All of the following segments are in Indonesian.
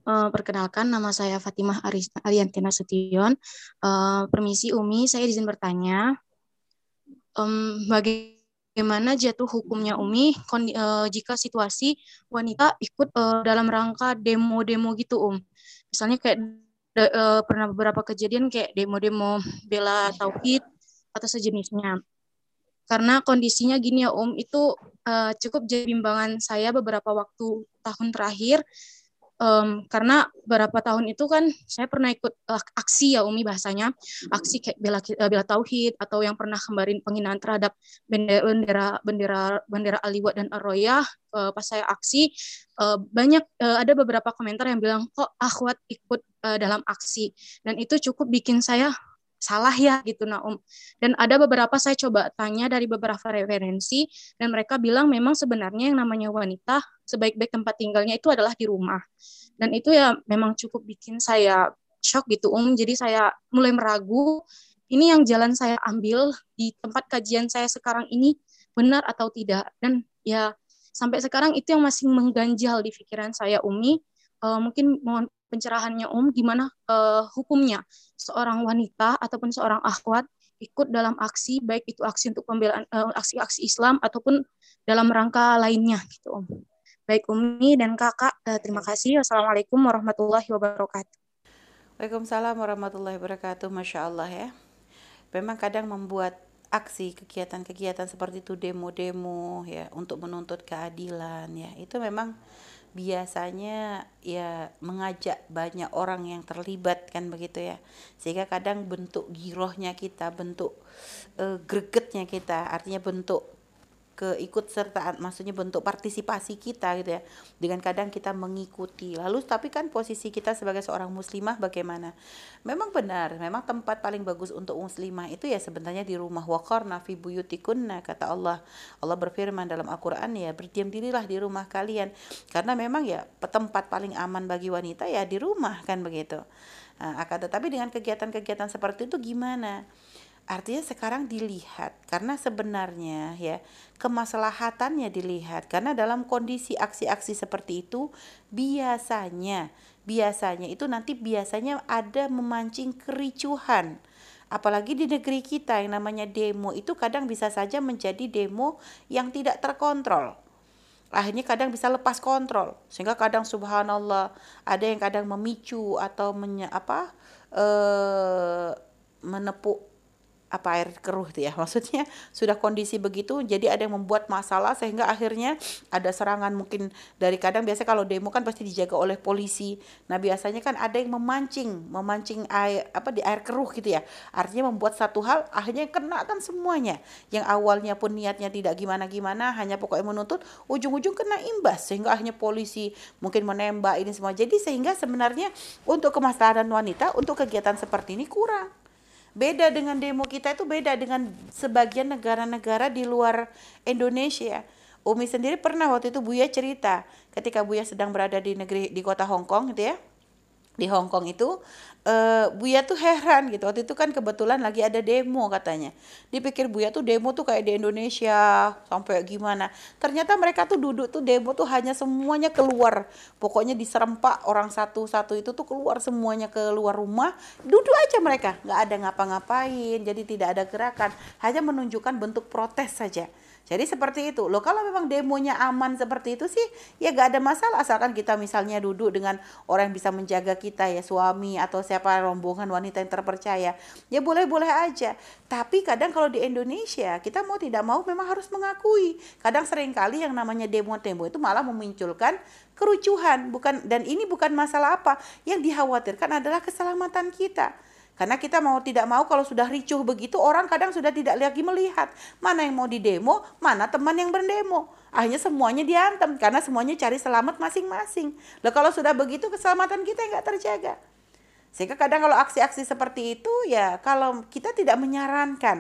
Perkenalkan, nama saya Fatimah Ariantina Sution. Permisi Umi, saya izin bertanya, bagaimana jatuh hukumnya Umi jika situasi wanita ikut dalam rangka demo-demo gitu, Misalnya kayak pernah beberapa kejadian kayak demo-demo bela tauhid atau sejenisnya. Karena kondisinya gini ya, itu cukup jadi bimbangan saya beberapa waktu tahun terakhir. Karena beberapa tahun itu kan saya pernah ikut aksi ya Umi bahasanya, aksi kayak bela tauhid, atau yang pernah kemarin penghinaan terhadap bendera bendera bendera Aliwat dan Ar-Royah. Pas saya aksi, banyak ada beberapa komentar yang bilang kok akhwat ikut dalam aksi, dan itu cukup bikin saya salah ya gitu Dan ada beberapa saya coba tanya dari beberapa referensi, dan mereka bilang memang sebenarnya yang namanya wanita sebaik-baik tempat tinggalnya itu adalah di rumah. Dan itu ya memang cukup bikin saya shock gitu, Jadi saya mulai meragu, ini yang jalan saya ambil di tempat kajian saya sekarang ini benar atau tidak. Dan ya sampai sekarang itu yang masih mengganjal di pikiran saya, Umi. Mungkin mohon pencerahannya, gimana hukumnya seorang wanita ataupun seorang akhwat ikut dalam aksi, baik itu aksi untuk pembelaan aksi-aksi Islam ataupun dalam rangka lainnya gitu, Baik Umi dan Kakak, terima kasih. Wassalamualaikum warahmatullahi wabarakatuh. Waalaikumsalam warahmatullahi wabarakatuh. Masya Allah ya. Memang kadang membuat aksi kegiatan-kegiatan seperti itu, demo-demo ya, untuk menuntut keadilan ya, itu memang biasanya ya mengajak banyak orang yang terlibat kan begitu ya, sehingga kadang bentuk girohnya kita, bentuk gregetnya kita, artinya bentuk keikutsertaan, maksudnya bentuk partisipasi kita gitu ya, dengan kadang kita mengikuti. Lalu tapi kan posisi kita sebagai seorang muslimah bagaimana? Memang benar, memang tempat paling bagus untuk muslimah itu ya sebenarnya di rumah. Waqarna fi buyutikunna, kata Allah. Allah berfirman dalam Al-Qur'an ya, berdiam dirilah di rumah kalian, karena memang ya tempat paling aman bagi wanita ya di rumah kan begitu. Nah, akan tetapi dengan kegiatan-kegiatan seperti itu gimana? Artinya sekarang dilihat, karena sebenarnya ya kemaslahatannya dilihat, karena dalam kondisi aksi-aksi seperti itu biasanya itu nanti biasanya ada memancing kericuhan. Apalagi di negeri kita yang namanya demo itu kadang bisa saja menjadi demo yang tidak terkontrol. Akhirnya kadang bisa lepas kontrol, sehingga kadang subhanallah ada yang kadang memicu atau menepuk air keruh tuh ya, maksudnya sudah kondisi begitu, jadi ada yang membuat masalah sehingga akhirnya ada serangan. Mungkin dari kadang biasa kalau demo kan pasti dijaga oleh polisi, nah biasanya kan ada yang memancing air di air keruh gitu ya, artinya membuat satu hal akhirnya kena kan semuanya, yang awalnya pun niatnya tidak gimana-gimana, hanya pokoknya menuntut, ujung-ujung kena imbas sehingga akhirnya polisi mungkin menembak ini semua. Jadi sehingga sebenarnya untuk kemaslahatan wanita untuk kegiatan seperti ini kurang. Beda dengan demo kita, itu beda dengan sebagian negara-negara di luar Indonesia. Umi sendiri pernah waktu itu Buya cerita ketika Buya sedang berada di kota Hong Kong gitu ya. Di Hong Kong itu Buya tuh heran gitu. Waktu itu kan kebetulan lagi ada demo katanya. Dipikir Buya tuh demo tuh kayak di Indonesia sampai gimana. Ternyata mereka tuh duduk tuh demo tuh hanya semuanya keluar. Pokoknya diserempak orang satu-satu itu tuh keluar semuanya keluar rumah. Duduk aja mereka, nggak ada ngapa-ngapain. Jadi tidak ada gerakan, hanya menunjukkan bentuk protes saja. Jadi seperti itu loh. Kalau memang demonya aman seperti itu sih ya gak ada masalah, asalkan kita misalnya duduk dengan orang yang bisa menjaga kita ya, suami atau siapa, rombongan wanita yang terpercaya, ya boleh-boleh aja. Tapi kadang kalau di Indonesia kita mau tidak mau memang harus mengakui, kadang seringkali yang namanya demo-demo itu malah memunculkan kerucuhan. Dan ini bukan masalah apa, yang dikhawatirkan adalah keselamatan kita. Karena kita mau tidak mau kalau sudah ricuh begitu, orang kadang sudah tidak lagi melihat mana yang mau didemo, mana teman yang berdemo. Akhirnya semuanya diantem karena semuanya cari selamat masing-masing. Loh kalau sudah begitu keselamatan kita nggak terjaga. Sehingga kadang kalau aksi-aksi seperti itu ya, kalau kita tidak menyarankan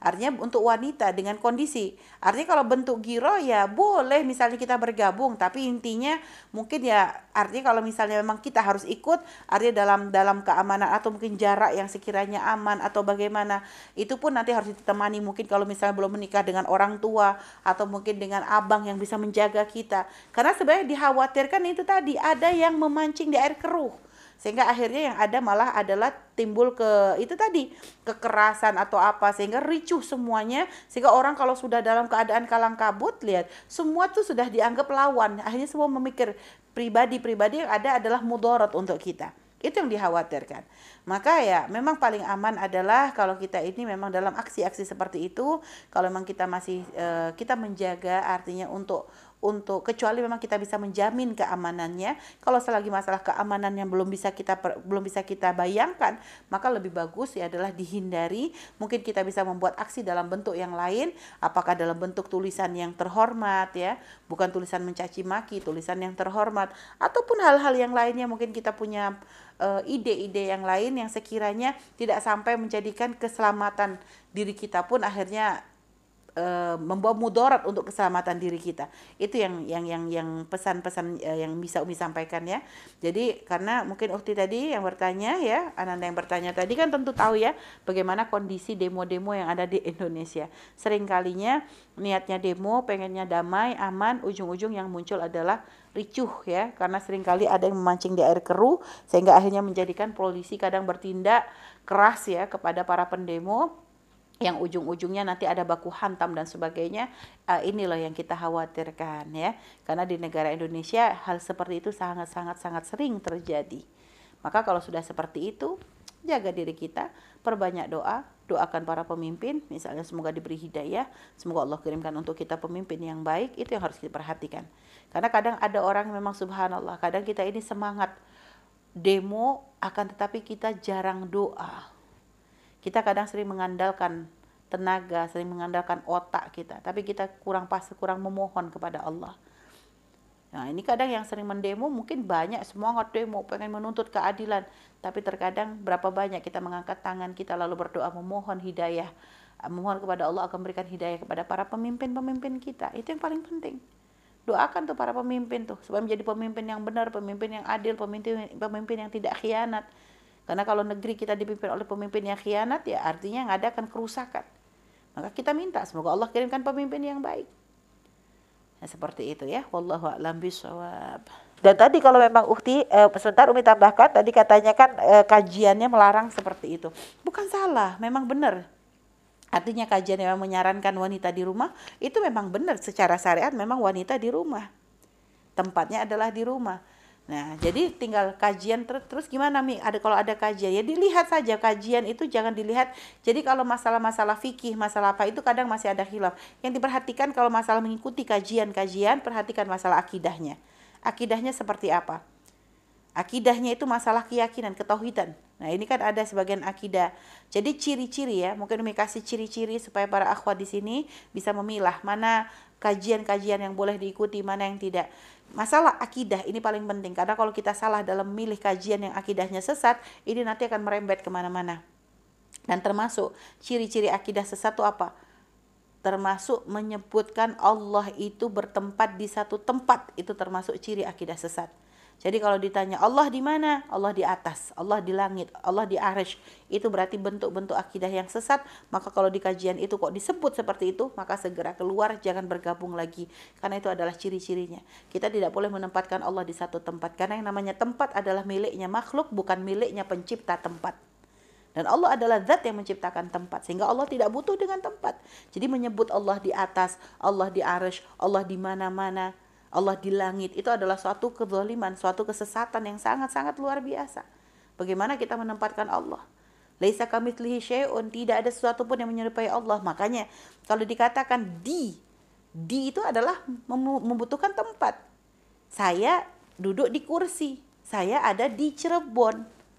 Artinya untuk wanita dengan kondisi. Artinya kalau bentuk giro ya boleh misalnya kita bergabung, tapi intinya mungkin ya artinya kalau misalnya memang kita harus ikut, artinya dalam keamanan atau mungkin jarak yang sekiranya aman atau bagaimana, itu pun nanti harus ditemani mungkin kalau misalnya belum menikah dengan orang tua atau mungkin dengan abang yang bisa menjaga kita. Karena sebenarnya dikhawatirkan itu tadi ada yang memancing di air keruh, sehingga akhirnya yang ada malah adalah timbul ke itu tadi kekerasan atau apa, sehingga ricuh semuanya, sehingga orang kalau sudah dalam keadaan kalang kabut, lihat semua tuh sudah dianggap lawan, akhirnya semua memikir pribadi-pribadi yang ada adalah mudarat untuk kita. Itu yang dikhawatirkan. Maka ya memang paling aman adalah kalau kita ini memang dalam aksi-aksi seperti itu, kalau memang kita masih kita menjaga, artinya untuk kecuali memang kita bisa menjamin keamanannya. Kalau selagi masalah keamanan yang belum bisa kita bayangkan, maka lebih bagus ya adalah dihindari. Mungkin kita bisa membuat aksi dalam bentuk yang lain, apakah dalam bentuk tulisan yang terhormat ya, bukan tulisan mencaci maki, tulisan yang terhormat, ataupun hal-hal yang lainnya. Mungkin kita punya ide-ide yang lain yang sekiranya tidak sampai menjadikan keselamatan diri kita pun akhirnya membawa mudarat untuk keselamatan diri kita. Itu yang pesan-pesan yang bisa Umi sampaikan ya. Jadi karena mungkin Ukti tadi yang bertanya ya, Ananda yang bertanya tadi kan tentu tahu ya bagaimana kondisi demo-demo yang ada di Indonesia. Seringkalinya niatnya demo, pengennya damai, aman, ujung-ujung yang muncul adalah ricuh ya, karena seringkali ada yang memancing di air keruh sehingga akhirnya menjadikan polisi kadang bertindak keras ya kepada para pendemo, yang ujung-ujungnya nanti ada baku hantam dan sebagainya. Inilah yang kita khawatirkan ya, karena di negara Indonesia hal seperti itu sangat sering terjadi. Maka kalau sudah seperti itu, jaga diri kita, perbanyak doa, doakan para pemimpin, misalnya semoga diberi hidayah, semoga Allah kirimkan untuk kita pemimpin yang baik. Itu yang harus kita perhatikan. Karena kadang ada orang memang subhanallah, kadang kita ini semangat demo akan tetapi kita jarang doa. Kita kadang sering mengandalkan tenaga, sering mengandalkan otak kita, tapi kita kurang memohon kepada Allah. Nah, ini kadang yang sering mendemo mungkin banyak semangat demo, pengen menuntut keadilan, tapi terkadang berapa banyak kita mengangkat tangan kita lalu berdoa memohon hidayah, memohon kepada Allah akan berikan hidayah kepada para pemimpin-pemimpin kita. Itu yang paling penting. Doakan tuh para pemimpin tuh supaya menjadi pemimpin yang benar, pemimpin yang adil, pemimpin yang tidak khianat. Karena kalau negeri kita dipimpin oleh pemimpin yang khianat, ya artinya yang ada akan kerusakan. Maka kita minta semoga Allah kirimkan pemimpin yang baik. Nah, seperti itu ya. Wallahu a'lam bishawab. Dan tadi kalau memang Ukti, sebentar Umi tambahkan, tadi katanya kan kajiannya melarang seperti itu. Bukan salah, memang benar. Artinya kajian yang menyarankan wanita di rumah, itu memang benar. Secara syariat memang wanita di rumah. Tempatnya adalah di rumah. Nah, jadi tinggal kajian terus gimana Mi? Kalau ada kajian ya dilihat saja, kajian itu jangan dilihat. Jadi kalau masalah-masalah fikih, masalah apa itu kadang masih ada khilaf. Yang diperhatikan kalau masalah mengikuti kajian-kajian, perhatikan masalah akidahnya. Akidahnya seperti apa? Akidahnya itu masalah keyakinan, ketauhidan. Nah, ini kan ada sebagian akidah. Jadi ciri-ciri ya, mungkin Umi kasih ciri-ciri supaya para akhwat di sini bisa memilah mana kajian-kajian yang boleh diikuti, mana yang tidak. Masalah akidah ini paling penting, karena kalau kita salah dalam memilih kajian yang akidahnya sesat, ini nanti akan merembet kemana-mana. Dan termasuk ciri-ciri akidah sesat itu apa? Termasuk menyebutkan Allah itu bertempat di satu tempat, itu termasuk ciri akidah sesat. Jadi kalau ditanya Allah di mana? Allah di atas, Allah di langit, Allah di arsy. Itu berarti bentuk-bentuk akidah yang sesat. Maka kalau di kajian itu kok disebut seperti itu, maka segera keluar, jangan bergabung lagi. Karena itu adalah ciri-cirinya. Kita tidak boleh menempatkan Allah di satu tempat. Karena yang namanya tempat adalah miliknya makhluk, bukan miliknya pencipta tempat. Dan Allah adalah zat yang menciptakan tempat, sehingga Allah tidak butuh dengan tempat. Jadi menyebut Allah di atas, Allah di arsy, Allah di mana-mana, Allah di langit, itu adalah suatu kezaliman, suatu kesesatan yang sangat-sangat luar biasa. Bagaimana kita menempatkan Allah? Laisa kamitslihi syai'un, tidak ada sesuatu pun yang menyerupai Allah. Makanya kalau dikatakan di itu adalah membutuhkan tempat. Saya duduk di kursi, saya ada di Cirebon.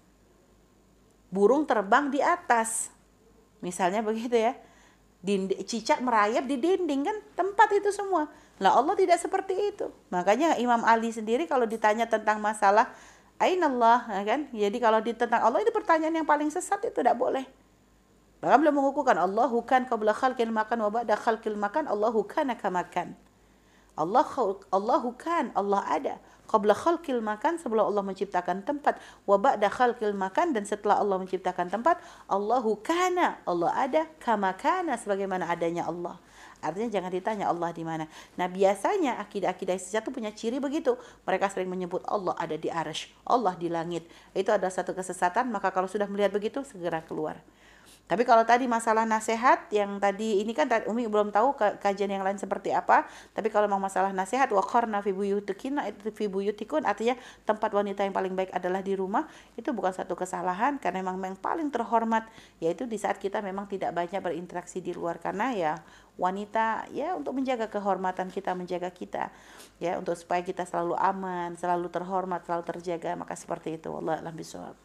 Burung terbang di atas. Misalnya begitu ya. Cicak merayap di dinding, kan tempat itu semua. Lah Allah tidak seperti itu. Makanya Imam Ali sendiri kalau ditanya tentang masalah Ainallah, kan? Jadi kalau tentang Allah itu pertanyaan yang paling sesat, itu tidak boleh. Bahkan beliau mengukuhkan Allahu kan qabla khalqil makan wa ba'da khalqil makan Allahu kana kama kan. Allahu kan, Allah ada. Qabla khalqil makan, sebelum Allah menciptakan tempat, wa ba'da khalqil makan, dan setelah Allah menciptakan tempat, Allahu kana, Allah ada, kama kana, sebagaimana adanya Allah. Artinya jangan ditanya Allah di mana. Nah, biasanya akidah-akidah sesat itu punya ciri begitu. Mereka sering menyebut Allah ada di arsy, Allah di langit. Itu adalah satu kesesatan, maka kalau sudah melihat begitu segera keluar. Tapi kalau tadi masalah nasihat yang tadi ini kan Umi belum tahu kajian yang lain seperti apa. Tapi kalau mau masalah nasihat waqarna fi buyutikunna, itu fi buyutikun artinya tempat wanita yang paling baik adalah di rumah, itu bukan satu kesalahan karena memang yang paling terhormat yaitu di saat kita memang tidak banyak berinteraksi di luar, karena ya wanita ya untuk menjaga kehormatan kita, menjaga kita ya untuk supaya kita selalu aman, selalu terhormat, selalu terjaga, maka seperti itu. Wallahu a'lam bishawab.